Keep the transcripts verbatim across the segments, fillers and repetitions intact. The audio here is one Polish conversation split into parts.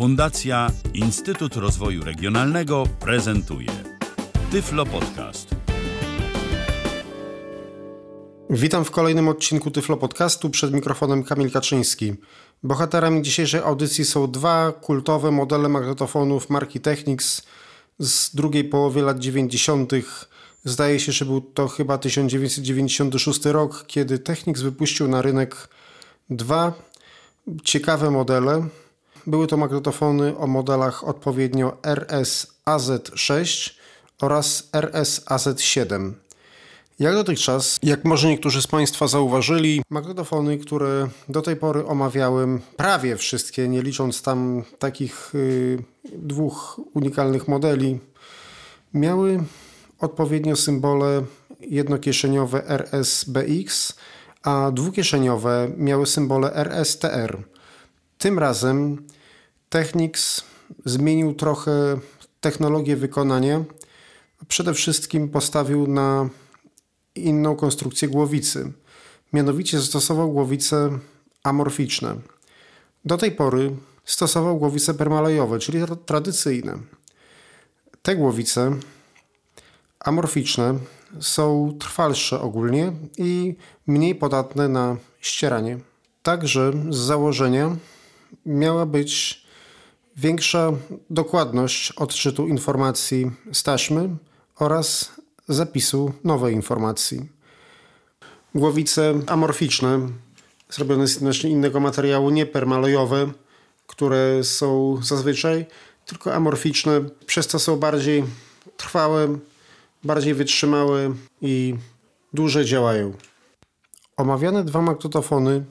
Fundacja Instytut Rozwoju Regionalnego prezentuje Tyflo Podcast. Witam w kolejnym odcinku Tyflo Podcastu, przed mikrofonem Kamil Kaczyński. Bohaterami dzisiejszej audycji są dwa kultowe modele magnetofonów marki Technics z drugiej połowy lat dziewięćdziesiątych. Zdaje się, że był to chyba tysiąc dziewięćset dziewięćdziesiąty szósty rok, kiedy Technics wypuścił na rynek dwa ciekawe modele. Były to magnetofony o modelach odpowiednio R S A Z sześć oraz R S A Z siedem. Jak dotychczas, jak może niektórzy z Państwa zauważyli, magnetofony, które do tej pory omawiałem, prawie wszystkie, nie licząc tam takich y, dwóch unikalnych modeli, miały odpowiednio symbole jednokieszeniowe R S B X, a dwukieszeniowe miały symbole R S T R. Tym razem Technics zmienił trochę technologię wykonania. Przede wszystkim postawił na inną konstrukcję głowicy. Mianowicie zastosował głowice amorficzne. Do tej pory stosował głowice permalejowe, czyli tradycyjne. Te głowice amorficzne są trwalsze ogólnie i mniej podatne na ścieranie. Także z założenia miała być większa dokładność odczytu informacji z taśmy oraz zapisu nowej informacji. Głowice amorficzne, zrobione z znacznie innego materiału, nie permalejowe, które są zazwyczaj, tylko amorficzne, przez to są bardziej trwałe, bardziej wytrzymałe i dłużej działają. Omawiane dwa magnetofony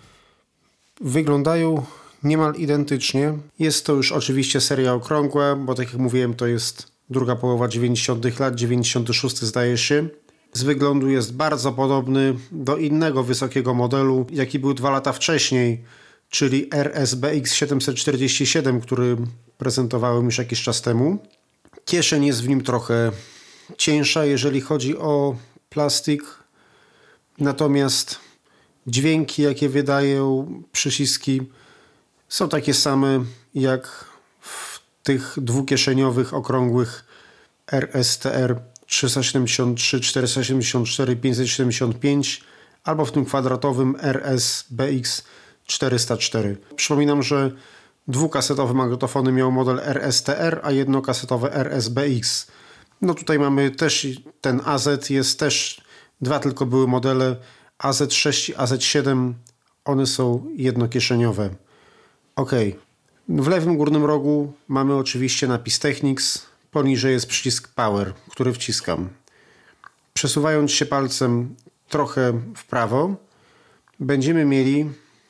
wyglądają niemal identycznie. Jest to już oczywiście seria okrągła, bo tak jak mówiłem, to jest druga połowa dziewięćdziesiątych lat, dziewięćdziesiąty szósty zdaje się. Z wyglądu jest bardzo podobny do innego wysokiego modelu, jaki był dwa lata wcześniej, czyli R S B X siedemset czterdzieści siedem, który prezentowałem już jakiś czas temu. Kieszeń jest w nim trochę cieńsza, jeżeli chodzi o plastik, natomiast dźwięki, jakie wydają przyciski, są takie same jak w tych dwukieszeniowych, okrągłych R S T R trzysta siedemdziesiąt trzy, czterysta siedemdziesiąt cztery, pięćset siedemdziesiąt pięć albo w tym kwadratowym R S B X czterysta cztery. Przypominam, że dwukasetowe magnetofony miał model R S T R, a jednokasetowe R S B X. No tutaj mamy też ten A Z, jest też dwa tylko były modele A Z sześć i A Z siedem. One są jednokieszeniowe. Ok. W lewym górnym rogu mamy oczywiście napis Technics. Poniżej jest przycisk Power, który wciskam. Przesuwając się palcem trochę w prawo, będziemy mieli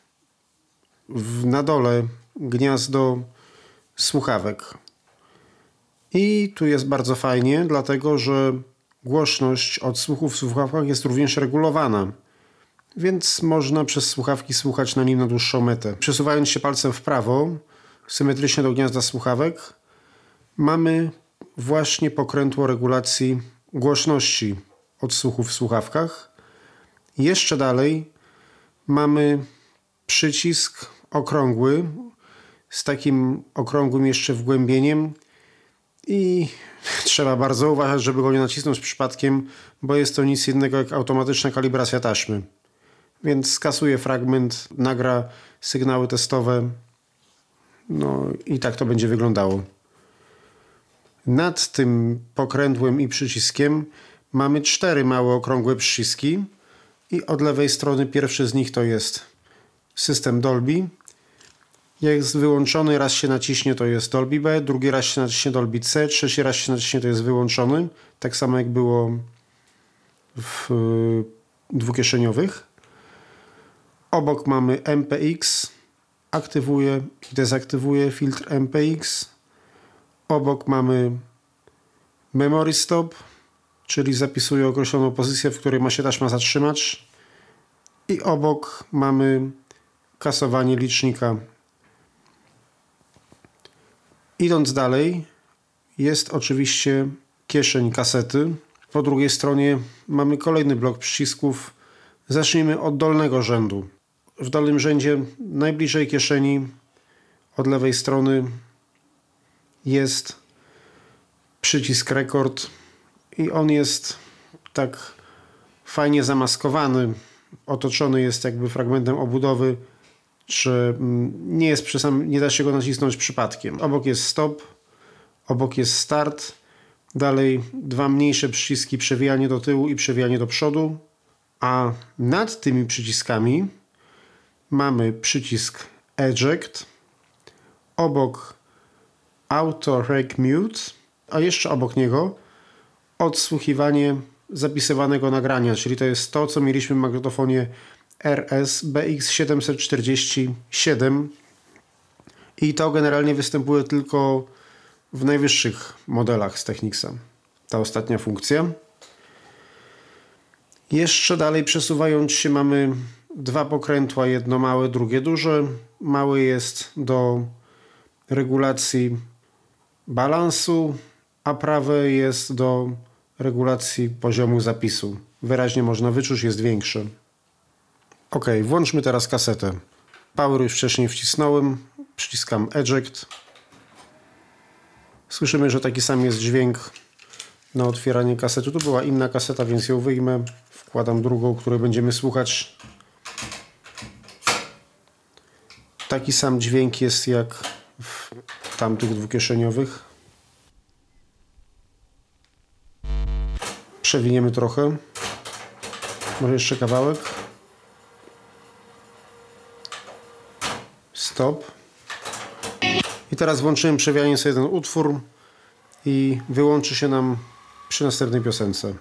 w, na dole gniazdo słuchawek. I tu jest bardzo fajnie, dlatego że głośność odsłuchów w słuchawkach jest również regulowana, więc można przez słuchawki słuchać na nim na dłuższą metę. Przesuwając się palcem w prawo, symetrycznie do gniazda słuchawek, mamy właśnie pokrętło regulacji głośności odsłuchów w słuchawkach. Jeszcze dalej mamy przycisk okrągły z takim okrągłym jeszcze wgłębieniem i trzeba bardzo uważać, żeby go nie nacisnąć przypadkiem, bo jest to nic innego jak automatyczna kalibracja taśmy. Więc skasuje fragment, nagra sygnały testowe, no i tak to będzie wyglądało. Nad tym pokrętłem i przyciskiem mamy cztery małe okrągłe przyciski i od lewej strony pierwszy z nich to jest system Dolby. Jak jest wyłączony, raz się naciśnie, to jest Dolby B, drugi raz się naciśnie Dolby C, trzeci raz się naciśnie, to jest wyłączony. Tak samo jak było w dwukieszeniowych. Obok mamy M P X, aktywuje i dezaktywuje filtr M P X. Obok mamy Memory Stop, czyli zapisuje określoną pozycję, w której ma się taśma zatrzymać. I obok mamy kasowanie licznika. Idąc dalej, jest oczywiście kieszeń kasety. Po drugiej stronie mamy kolejny blok przycisków. Zacznijmy od dolnego rzędu. W dolnym rzędzie najbliżej kieszeni od lewej strony jest przycisk rekord i on jest tak fajnie zamaskowany, otoczony jest jakby fragmentem obudowy, czy nie jest przesam, nie da się go nacisnąć przypadkiem. Obok jest stop, obok jest start, dalej dwa mniejsze przyciski przewijanie do tyłu i przewijanie do przodu, a nad tymi przyciskami mamy przycisk eject, obok auto rec mute, a jeszcze obok niego odsłuchiwanie zapisywanego nagrania, czyli to jest to, co mieliśmy w magnetofonie R S B X siedemset czterdzieści siedem i to generalnie występuje tylko w najwyższych modelach z Technicsa. Ta ostatnia funkcja. Jeszcze dalej przesuwając się mamy dwa pokrętła, jedno małe, drugie duże. Mały jest do regulacji balansu, a prawe jest do regulacji poziomu zapisu. Wyraźnie można wyczuć, jest większy. Ok, włączmy teraz kasetę. Power już wcześniej wcisnąłem. Przyciskam eject. Słyszymy, że taki sam jest dźwięk na otwieranie kasety. Tu była inna kaseta, więc ją wyjmę. Wkładam drugą, której będziemy słuchać. Taki sam dźwięk jest jak w tamtych dwukieszeniowych. Przewiniemy trochę. Może jeszcze kawałek. Stop. I teraz włączyłem przewijanie sobie ten utwór i wyłączy się nam przy następnej piosence.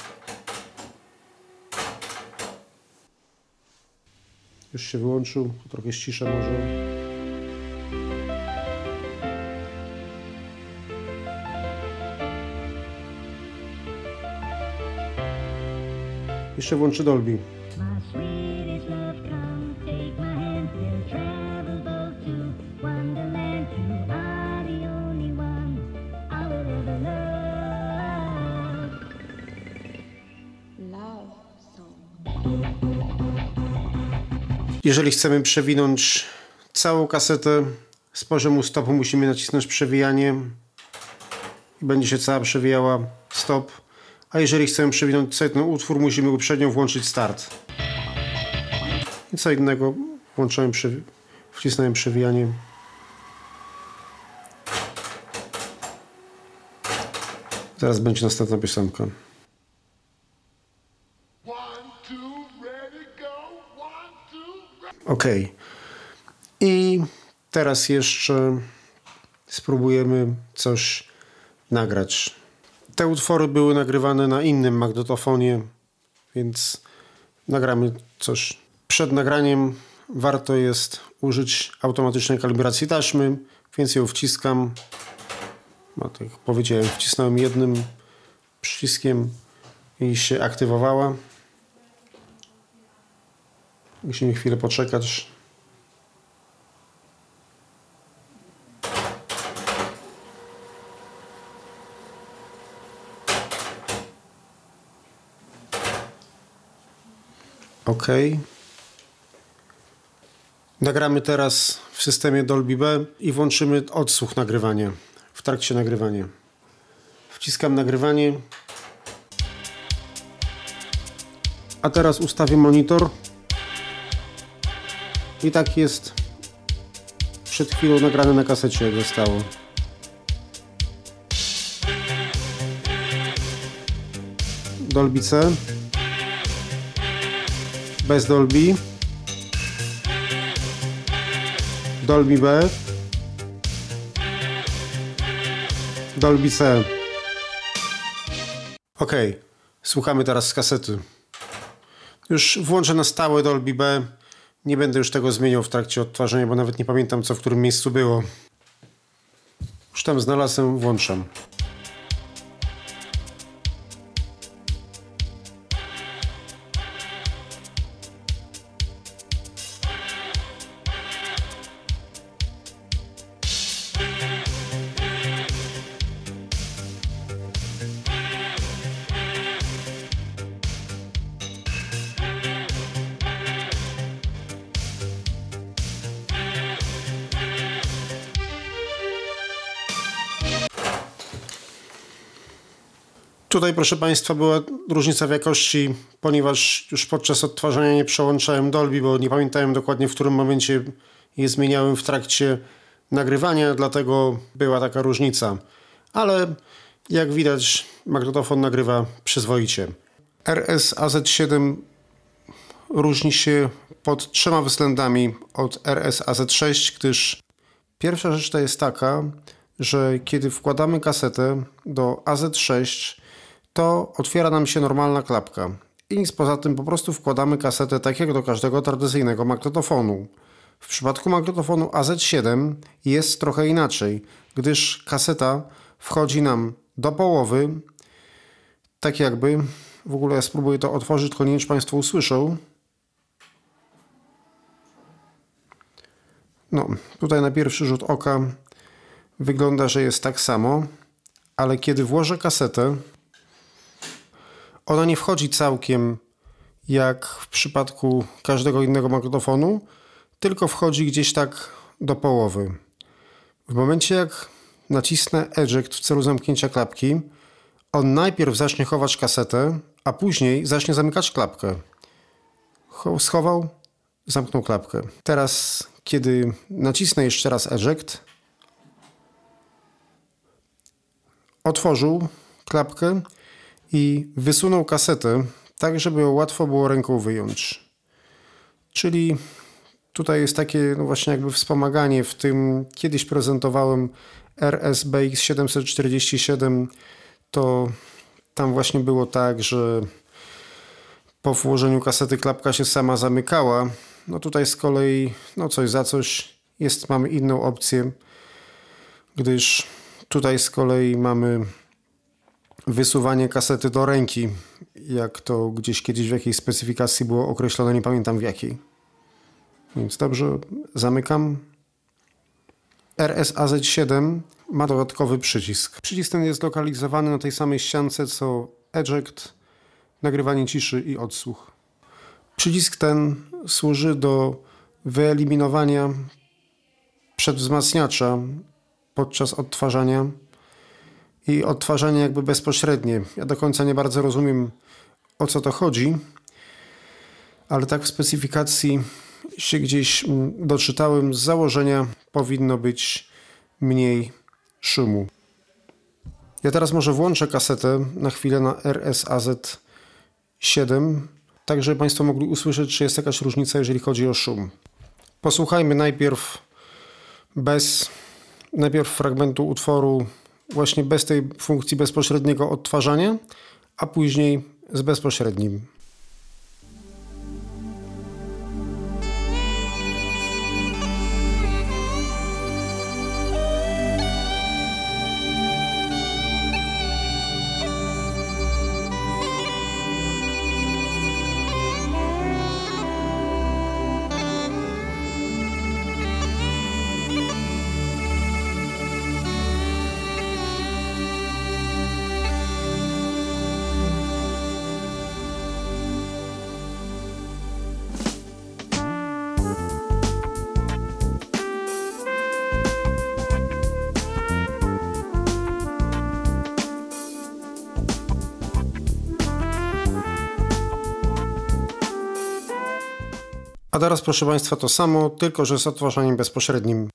Już się wyłączył, trochę ściszę może. Jeszcze włączy Dolby. Jeżeli chcemy przewinąć całą kasetę z poziomu stopu, musimy nacisnąć przewijanie i będzie się cała przewijała stop. A jeżeli chcemy przewinąć cały ten utwór, musimy uprzednio włączyć start. I co innego, włączałem, przewi- wcisnąłem przewijanie. Zaraz będzie następna piosenka. Ok. I teraz jeszcze spróbujemy coś nagrać. Te utwory były nagrywane na innym magnetofonie, więc nagramy coś. Przed nagraniem warto jest użyć automatycznej kalibracji taśmy, więc ją wciskam. No, tak jak powiedziałem, wcisnąłem jednym przyciskiem i się aktywowała. Musimy chwilę poczekać. OK. Nagramy teraz w systemie Dolby B i włączymy odsłuch nagrywania w trakcie nagrywania. Wciskam nagrywanie. A teraz ustawię monitor. I tak jest przed chwilą nagrane na kasecie, jak zostało. Dolby C. Bez Dolby. Dolby B. Dolby C. Ok, słuchamy teraz z kasety. Już włączę na stałe Dolby B. Nie będę już tego zmieniał w trakcie odtwarzania, bo nawet nie pamiętam, co w którym miejscu było. Już tam znalazłem, włączam. Tutaj, proszę Państwa, była różnica w jakości, ponieważ już podczas odtwarzania nie przełączałem Dolby, bo nie pamiętałem dokładnie, w którym momencie je zmieniałem w trakcie nagrywania, dlatego była taka różnica. Ale jak widać, magnetofon nagrywa przyzwoicie. R S A Z siedem różni się pod trzema względami od R S A Z sześć, gdyż pierwsza rzecz to jest taka, że kiedy wkładamy kasetę do A Z sześć, to otwiera nam się normalna klapka. I nic poza tym, po prostu wkładamy kasetę tak jak do każdego tradycyjnego magnetofonu. W przypadku magnetofonu A Z siedem jest trochę inaczej, gdyż kaseta wchodzi nam do połowy, tak jakby, w ogóle ja spróbuję to otworzyć, tylko nie wiem, czy Państwo usłyszą. No, tutaj na pierwszy rzut oka wygląda, że jest tak samo, ale kiedy włożę kasetę, ona nie wchodzi całkiem jak w przypadku każdego innego magnetofonu, tylko wchodzi gdzieś tak do połowy. W momencie jak nacisnę eject w celu zamknięcia klapki, on najpierw zacznie chować kasetę, a później zacznie zamykać klapkę. Schował, zamknął klapkę. Teraz, kiedy nacisnę jeszcze raz eject, otworzył klapkę i wysunął kasetę tak, żeby ją łatwo było ręką wyjąć. Czyli tutaj jest takie no właśnie jakby wspomaganie. W tym kiedyś prezentowałem R S B X siedemset czterdzieści siedem, to tam właśnie było tak, że po włożeniu kasety klapka się sama zamykała. No tutaj z kolei no coś za coś jest, mamy inną opcję, gdyż tutaj z kolei mamy wysuwanie kasety do ręki, jak to gdzieś kiedyś w jakiejś specyfikacji było określone, nie pamiętam w jakiej. Więc dobrze, zamykam. R S A Z siedem ma dodatkowy przycisk. Przycisk ten jest lokalizowany na tej samej ściance co eject, nagrywanie ciszy i odsłuch. Przycisk ten służy do wyeliminowania przedwzmacniacza podczas odtwarzania i odtwarzanie jakby bezpośrednie. Ja do końca nie bardzo rozumiem, o co to chodzi, ale tak w specyfikacji się gdzieś doczytałem, z założenia powinno być mniej szumu. Ja teraz może włączę kasetę na chwilę na R S A Z siedem, tak żeby Państwo mogli usłyszeć, czy jest jakaś różnica, jeżeli chodzi o szum. Posłuchajmy najpierw bez, najpierw fragmentu utworu właśnie bez tej funkcji bezpośredniego odtwarzania, a później z bezpośrednim. A teraz, proszę Państwa, to samo, tylko że z odtwarzaniem bezpośrednim.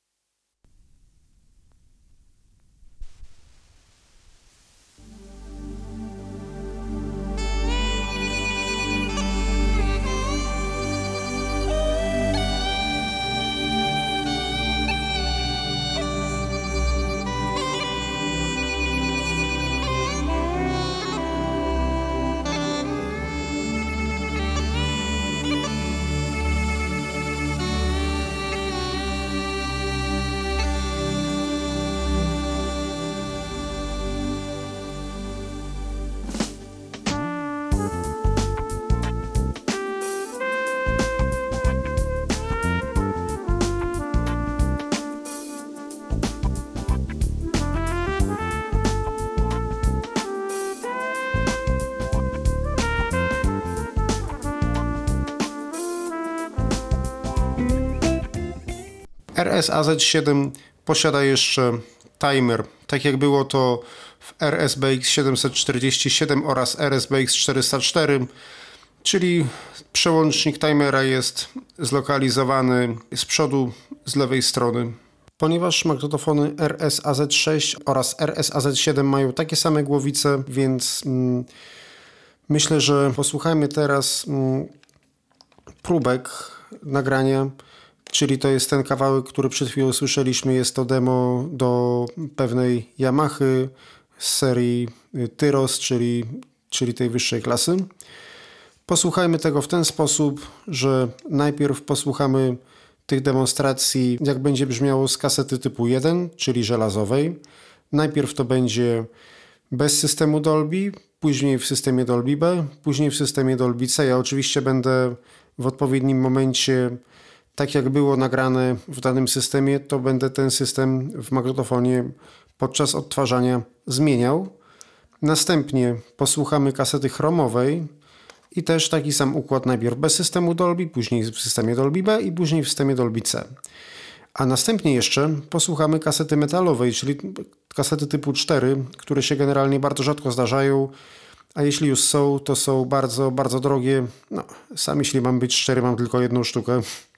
R S A Z siedem posiada jeszcze timer tak jak było to w R S B X siedemset czterdzieści siedem oraz R S B X czterysta cztery, czyli przełącznik timera jest zlokalizowany z przodu, z lewej strony. Ponieważ magnetofony R S A Z sześć oraz R S A Z siedem mają takie same głowice, więc mm, myślę, że posłuchajmy teraz mm, próbek nagrania, czyli to jest ten kawałek, który przed chwilą słyszeliśmy. Jest to demo do pewnej Yamahy z serii Tyros, czyli, czyli tej wyższej klasy. Posłuchajmy tego w ten sposób, że najpierw posłuchamy tych demonstracji, jak będzie brzmiało z kasety typu jeden, czyli żelazowej. Najpierw to będzie bez systemu Dolby, później w systemie Dolby B, później w systemie Dolby C. Ja oczywiście będę w odpowiednim momencie, tak jak było nagrane w danym systemie, to będę ten system w magnetofonie podczas odtwarzania zmieniał. Następnie posłuchamy kasety chromowej i też taki sam układ, najpierw bez systemu Dolby, później w systemie Dolby B i później w systemie Dolby C. A następnie jeszcze posłuchamy kasety metalowej, czyli kasety typu cztery, które się generalnie bardzo rzadko zdarzają, a jeśli już są, to są bardzo, bardzo drogie. No, sam jeśli mam być szczery, mam tylko jedną sztukę.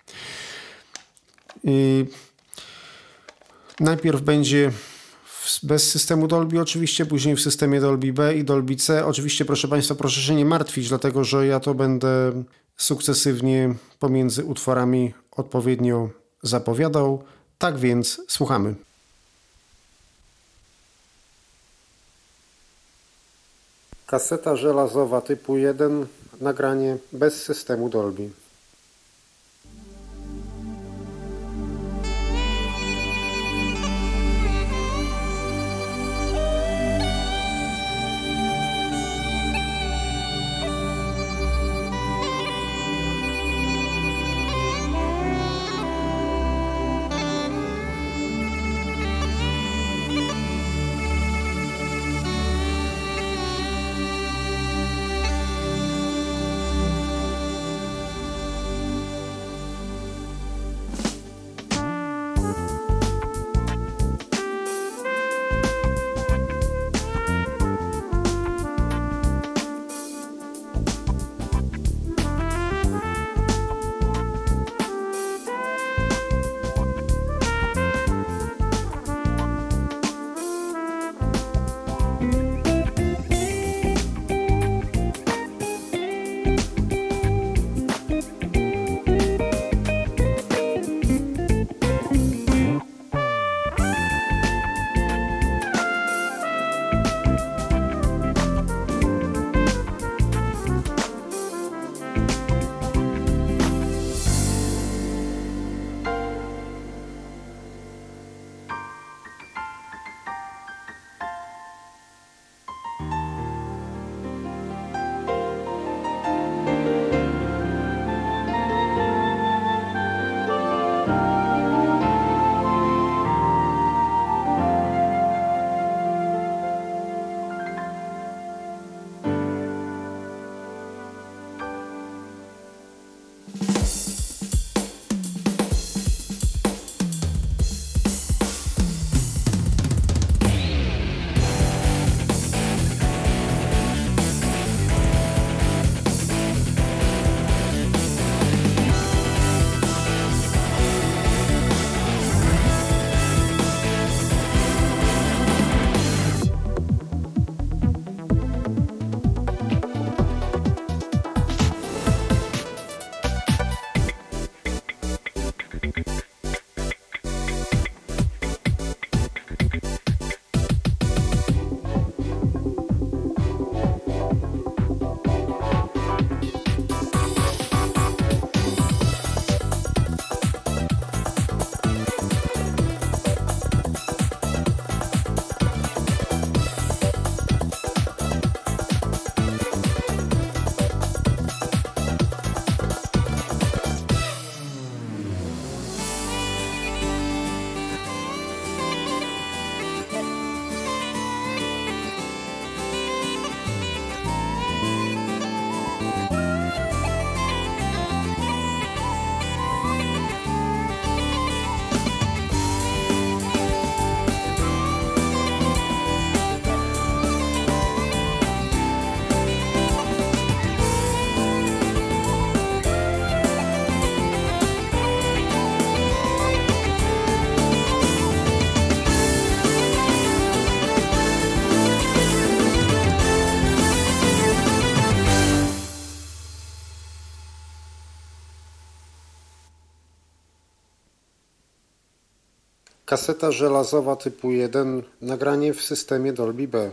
I najpierw będzie bez systemu Dolby oczywiście, później w systemie Dolby B i Dolby C. Oczywiście, proszę Państwa, proszę się nie martwić, dlatego że ja to będę sukcesywnie pomiędzy utworami odpowiednio zapowiadał. Tak więc słuchamy. Kaseta żelazowa typu jeden, nagranie bez systemu Dolby. Kaseta żelazowa typu jeden, nagranie w systemie Dolby B.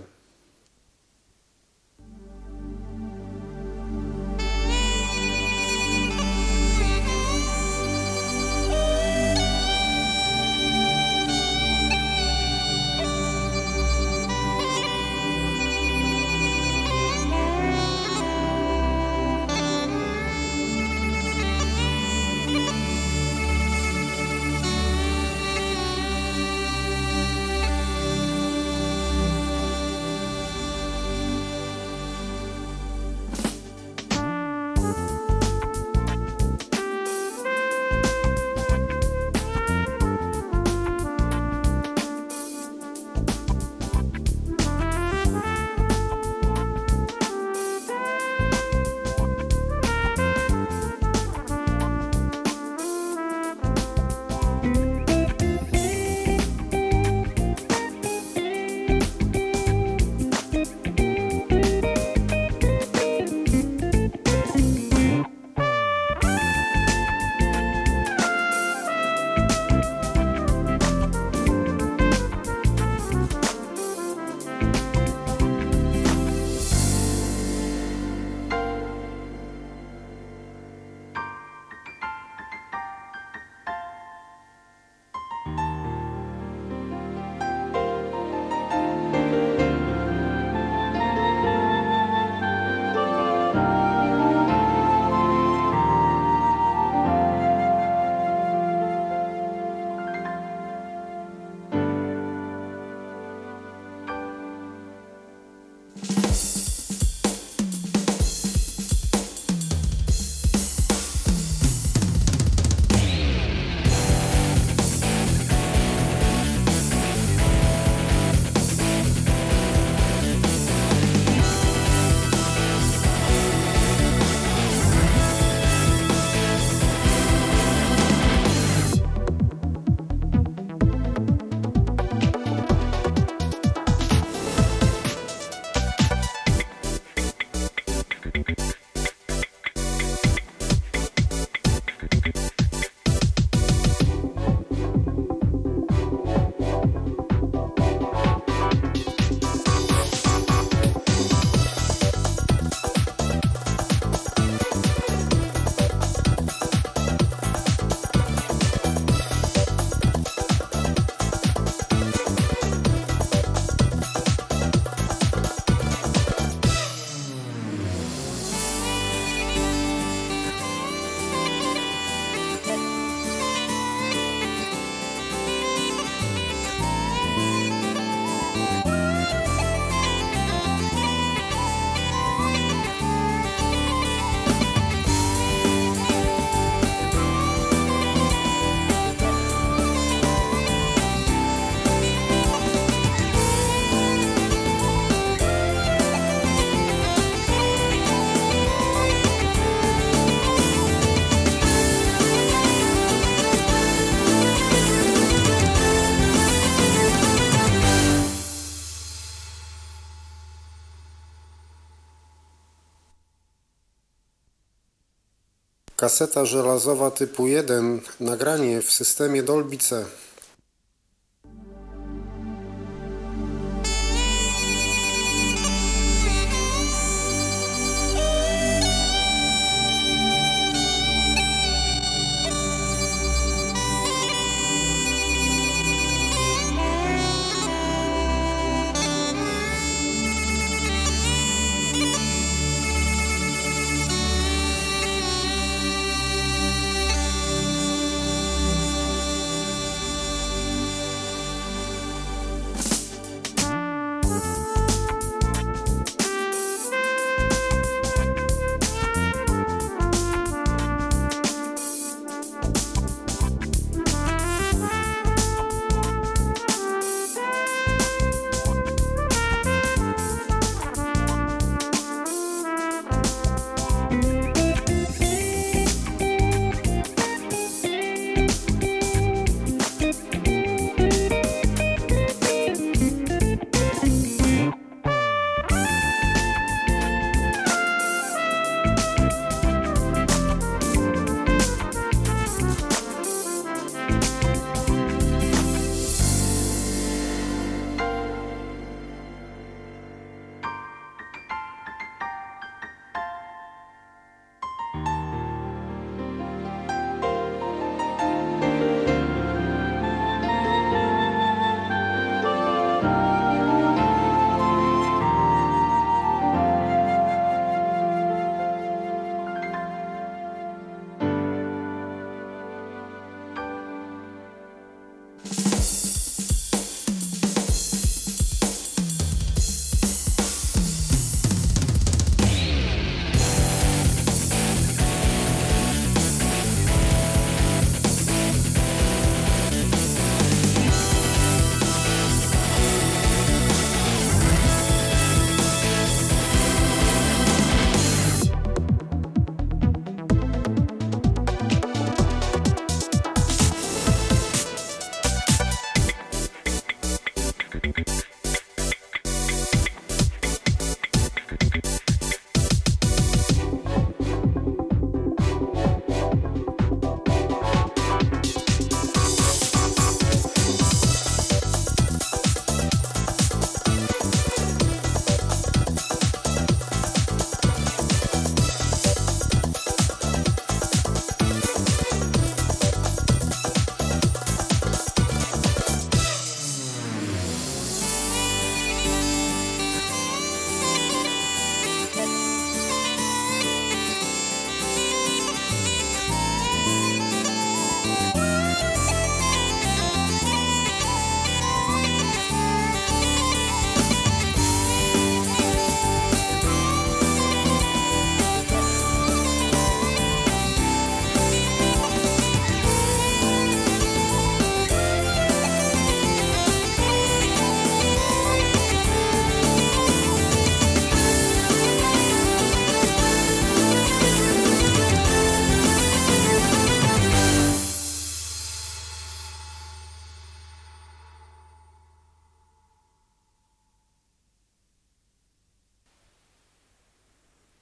Kaseta żelazowa typu jeden, nagranie w systemie Dolby C.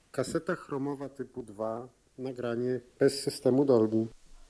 Kaseta chromowa typu dwa, nagranie bez systemu Dolby.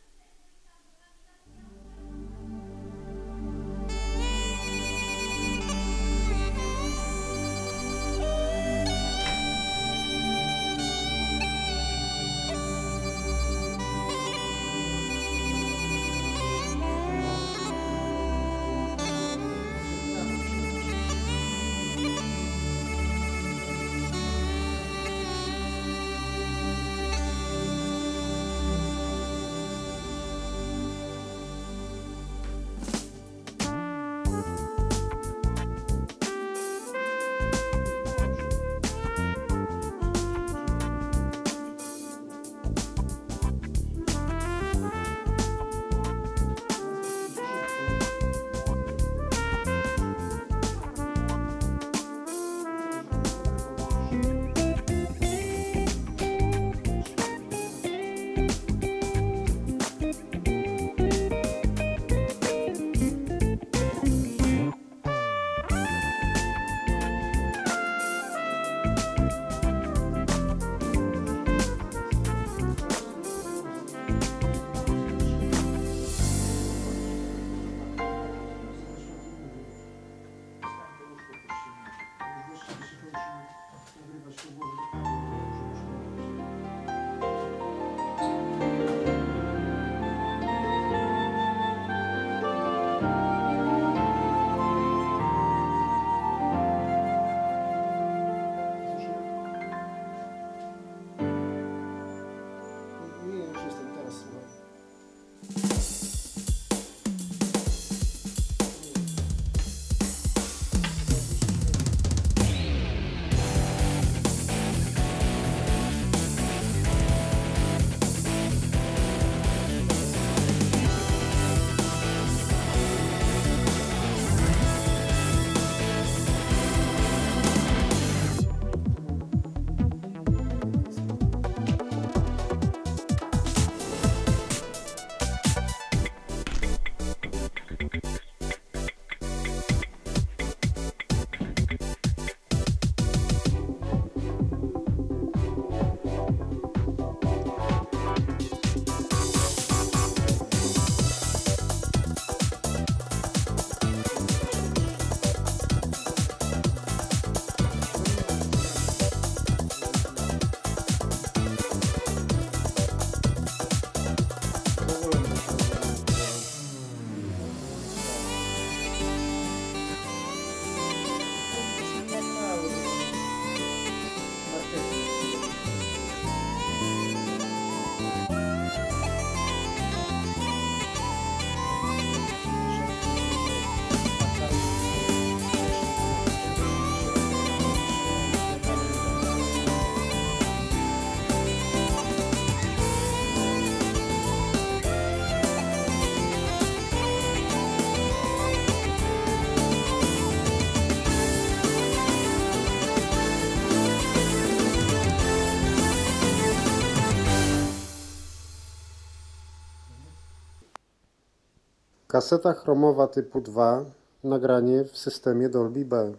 Kaseta chromowa typu dwa, nagranie w systemie Dolby B.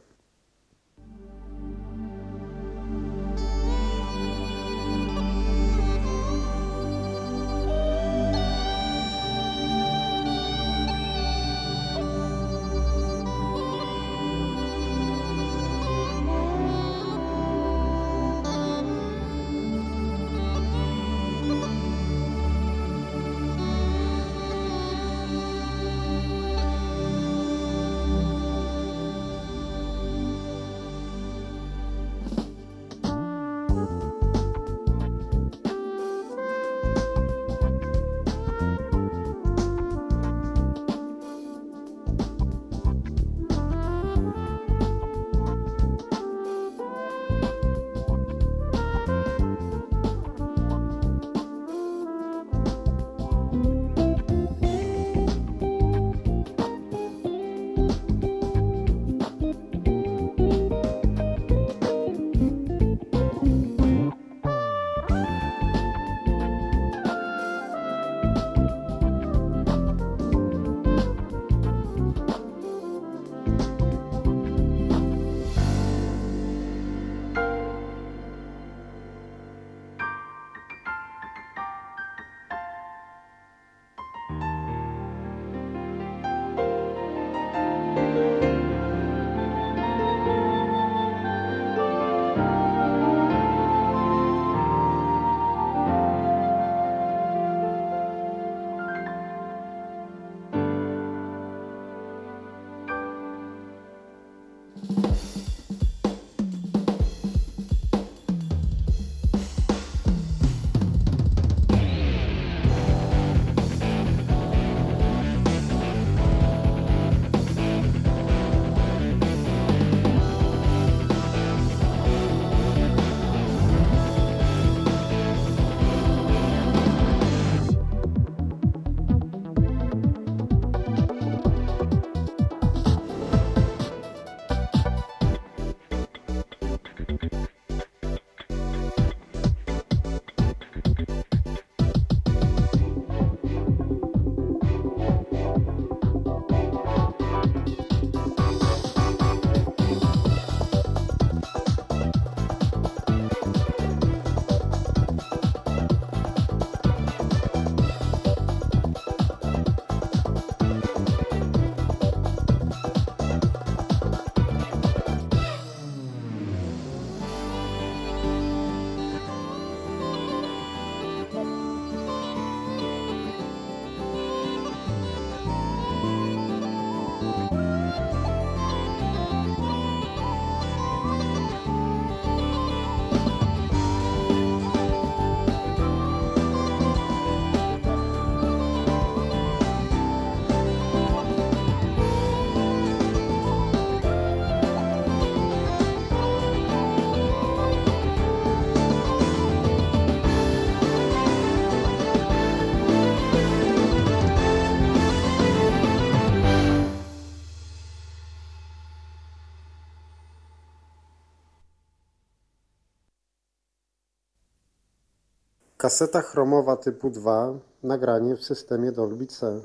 Kaseta chromowa typu dwa, nagranie w systemie Dolby C.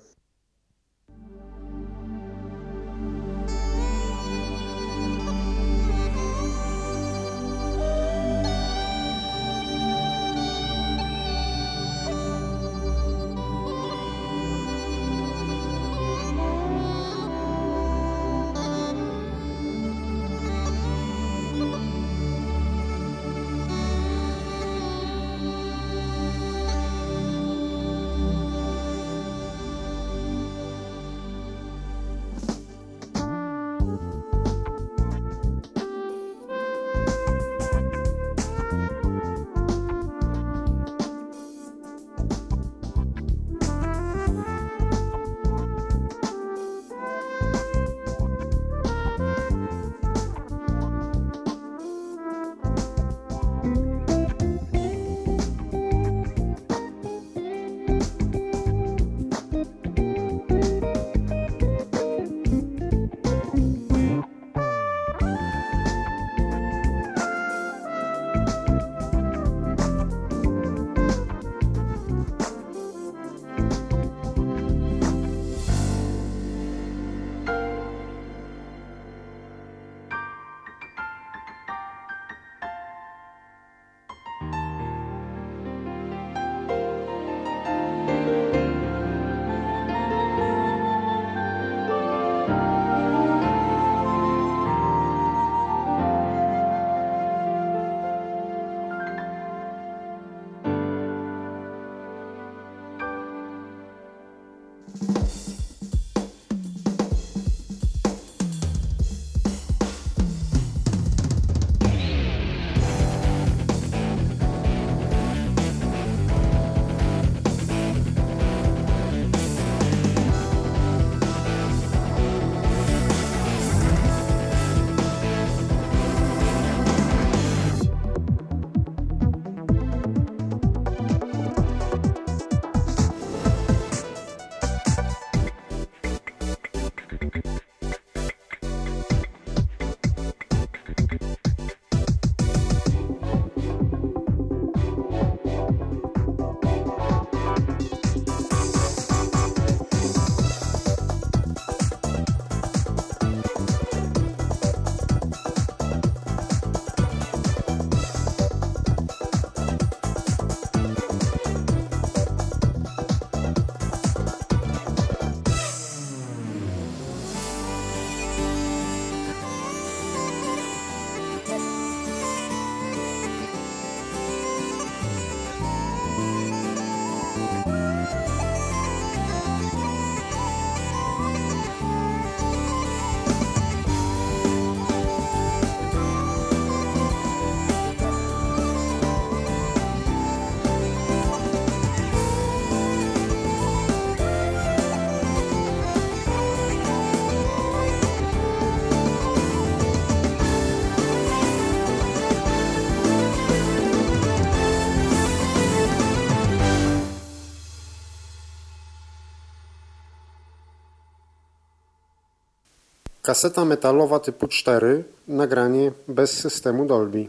Kaseta metalowa typu cztery, nagranie bez systemu Dolby.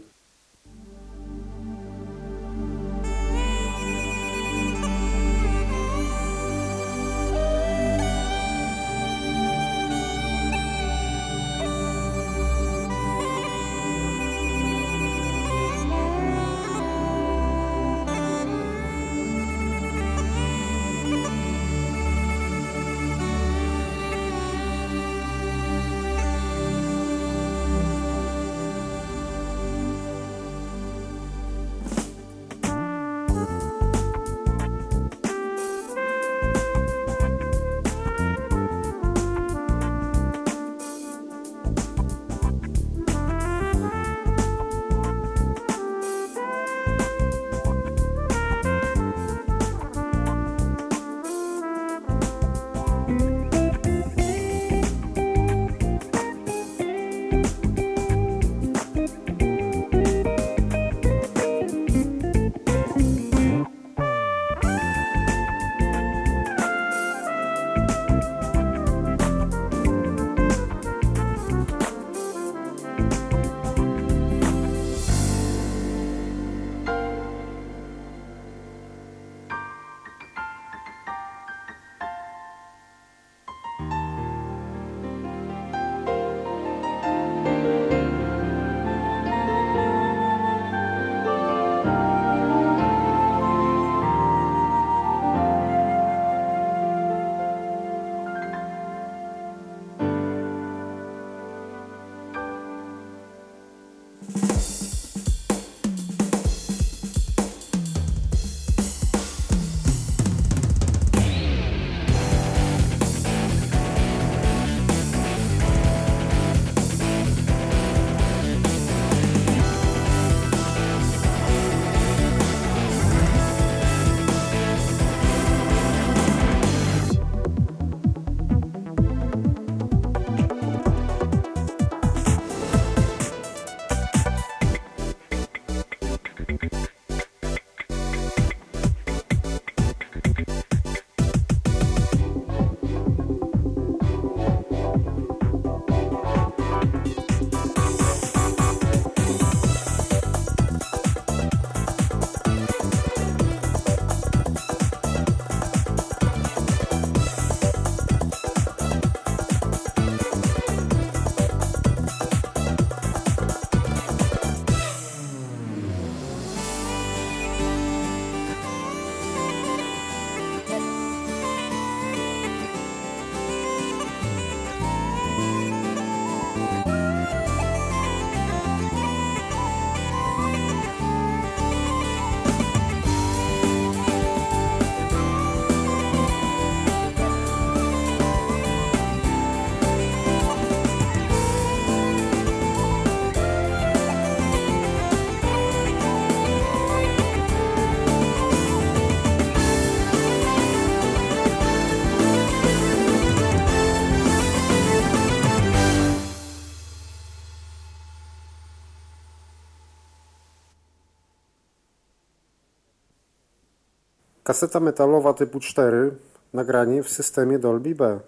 Kaseta metalowa typu cztery, nagranie w systemie Dolby B.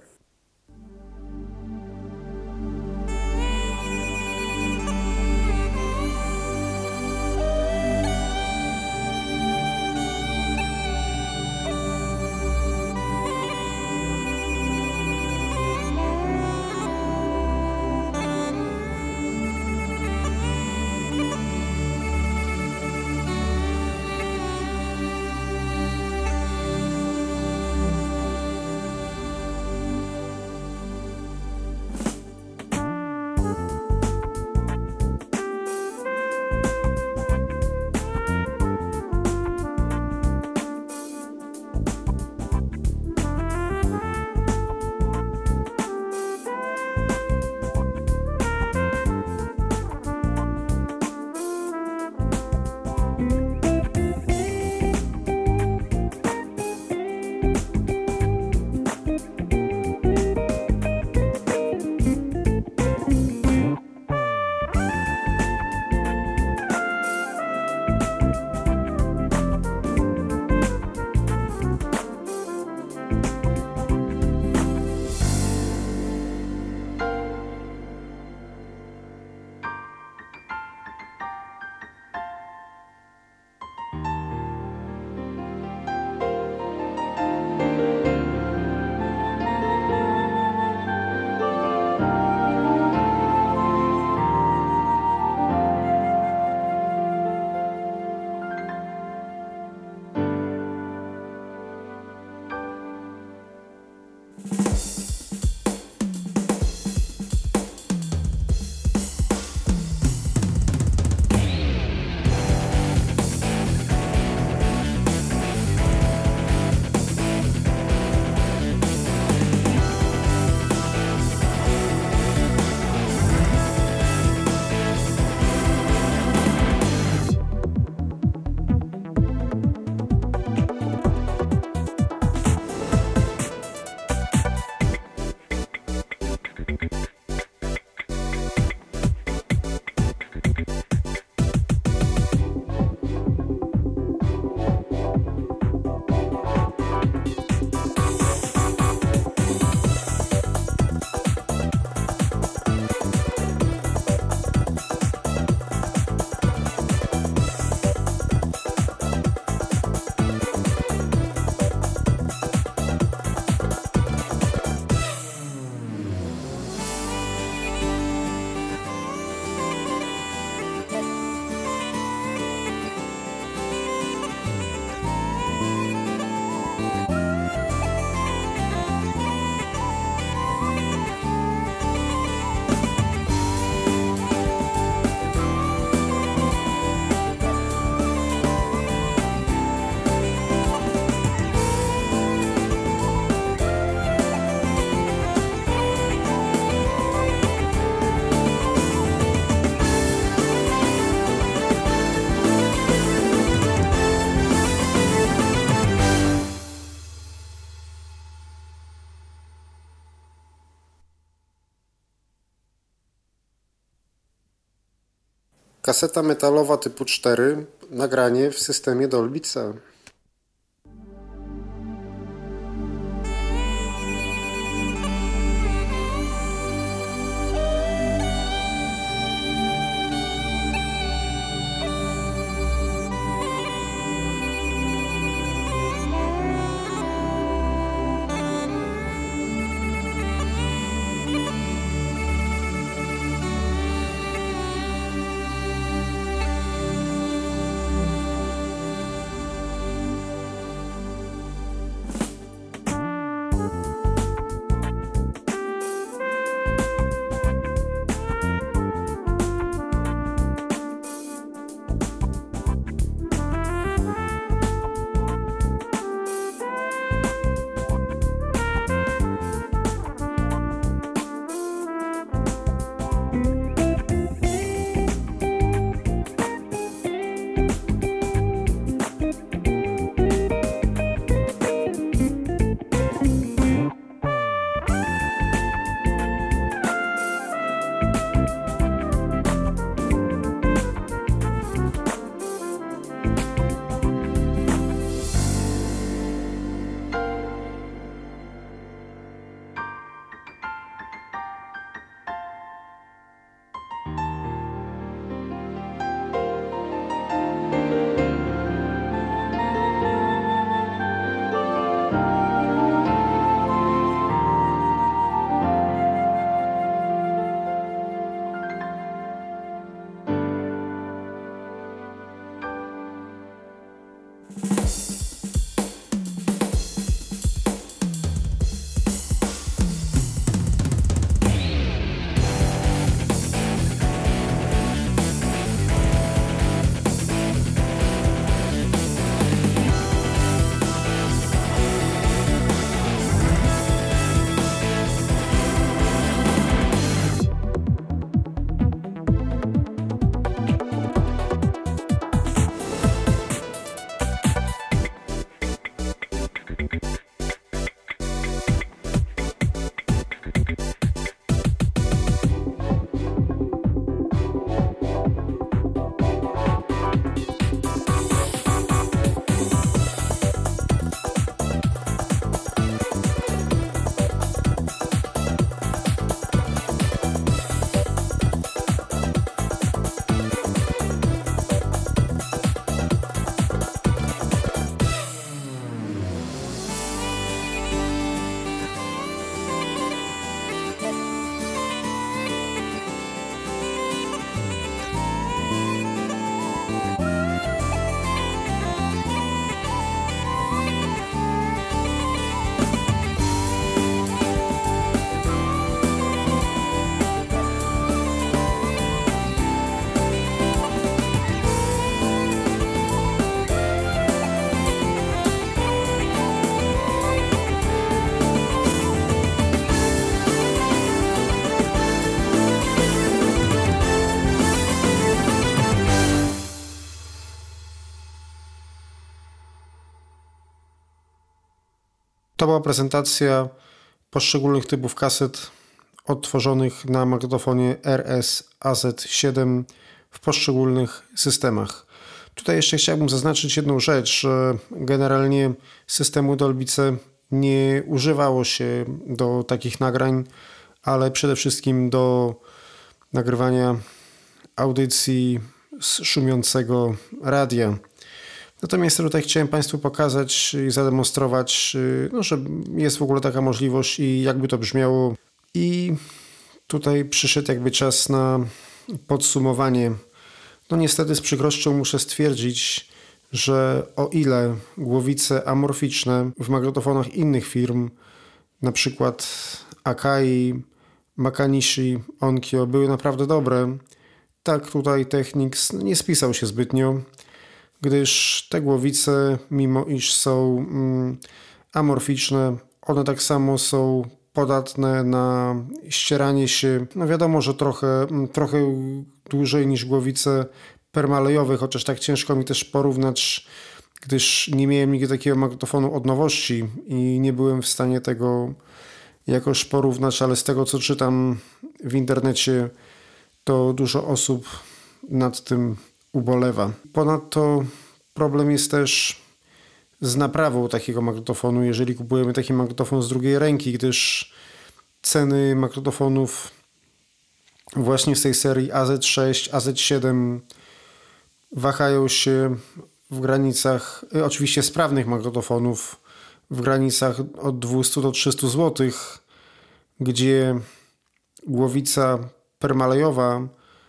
Kaseta metalowa typu cztery, nagranie w systemie Dolby C. To była prezentacja poszczególnych typów kaset odtworzonych na magnetofonie R S A Z siedem w poszczególnych systemach. Tutaj jeszcze chciałbym zaznaczyć jedną rzecz, że generalnie systemu Dolby-C nie używało się do takich nagrań, ale przede wszystkim do nagrywania audycji z szumiącego radia. Natomiast tutaj chciałem Państwu pokazać i zademonstrować, no, że jest w ogóle taka możliwość i jakby to brzmiało. I tutaj przyszedł jakby czas na podsumowanie. No niestety z przykrością muszę stwierdzić, że o ile głowice amorficzne w magnetofonach innych firm, na przykład Akai, Makanishi, Onkyo, były naprawdę dobre, tak tutaj Technics nie spisał się zbytnio, gdyż te głowice, mimo iż są mm, amorficzne, one tak samo są podatne na ścieranie się. No wiadomo, że trochę, trochę dłużej niż głowice permalejowe, chociaż tak ciężko mi też porównać, gdyż nie miałem nigdy takiego magnetofonu od nowości i nie byłem w stanie tego jakoś porównać, ale z tego co czytam w internecie, to dużo osób nad tym ubolewa. Ponadto problem jest też z naprawą takiego magnetofonu, jeżeli kupujemy taki magnetofon z drugiej ręki, gdyż ceny magnetofonów właśnie z tej serii A Z sześć, A Z siedem wahają się w granicach, oczywiście sprawnych magnetofonów, w granicach od dwieście do trzystu złotych, gdzie głowica permalejowa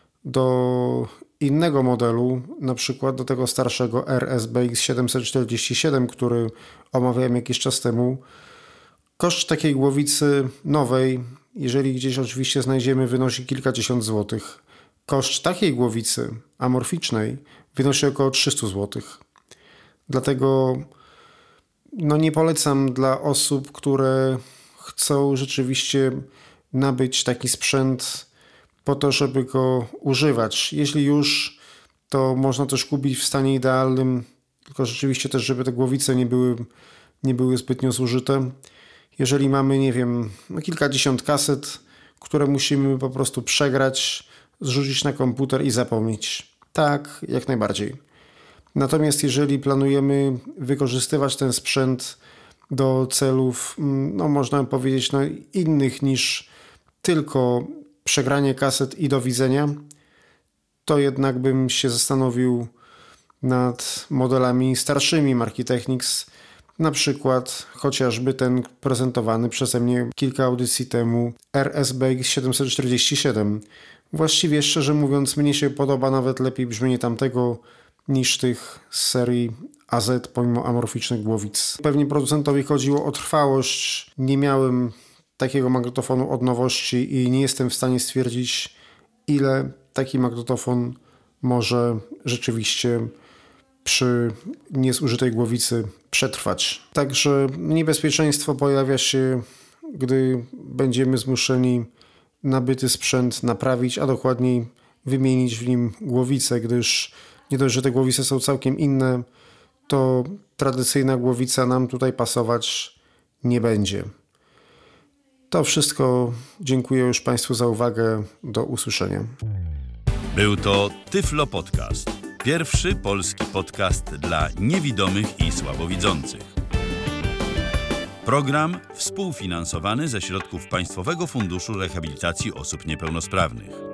do innego modelu, na przykład do tego starszego R S B X siedemset czterdzieści siedem, który omawiałem jakiś czas temu, koszt takiej głowicy nowej, jeżeli gdzieś oczywiście znajdziemy, wynosi kilkadziesiąt złotych. Koszt takiej głowicy amorficznej wynosi około trzysta złotych. Dlatego no nie polecam dla osób, które chcą rzeczywiście nabyć taki sprzęt po to, żeby go używać. Jeśli już, to można też kupić w stanie idealnym, tylko rzeczywiście też, żeby te głowice nie były, nie były zbytnio zużyte. Jeżeli mamy, nie wiem, no kilkadziesiąt kaset, które musimy po prostu przegrać, zrzucić na komputer i zapomnieć. Tak, jak najbardziej. Natomiast jeżeli planujemy wykorzystywać ten sprzęt do celów, no można powiedzieć, no, innych niż tylko przegranie kaset i do widzenia, to jednak bym się zastanowił nad modelami starszymi marki Technics, na przykład chociażby ten prezentowany przeze mnie kilka audycji temu R S B X siedemset czterdzieści siedem. Właściwie, szczerze mówiąc, mnie się podoba nawet lepiej brzmienie tamtego niż tych z serii A Z, pomimo amorficznych głowic. Pewnie producentowi chodziło o trwałość. Nie miałem takiego magnetofonu od nowości i nie jestem w stanie stwierdzić, ile taki magnetofon może rzeczywiście przy niezużytej głowicy przetrwać. Także niebezpieczeństwo pojawia się, gdy będziemy zmuszeni nabyty sprzęt naprawić, a dokładniej wymienić w nim głowicę, gdyż nie dość, że te głowice są całkiem inne, to tradycyjna głowica nam tutaj pasować nie będzie. To wszystko. Dziękuję już Państwu za uwagę. Do usłyszenia. Był to Tyflo Podcast. Pierwszy polski podcast dla niewidomych i słabowidzących. Program współfinansowany ze środków Państwowego Funduszu Rehabilitacji Osób Niepełnosprawnych.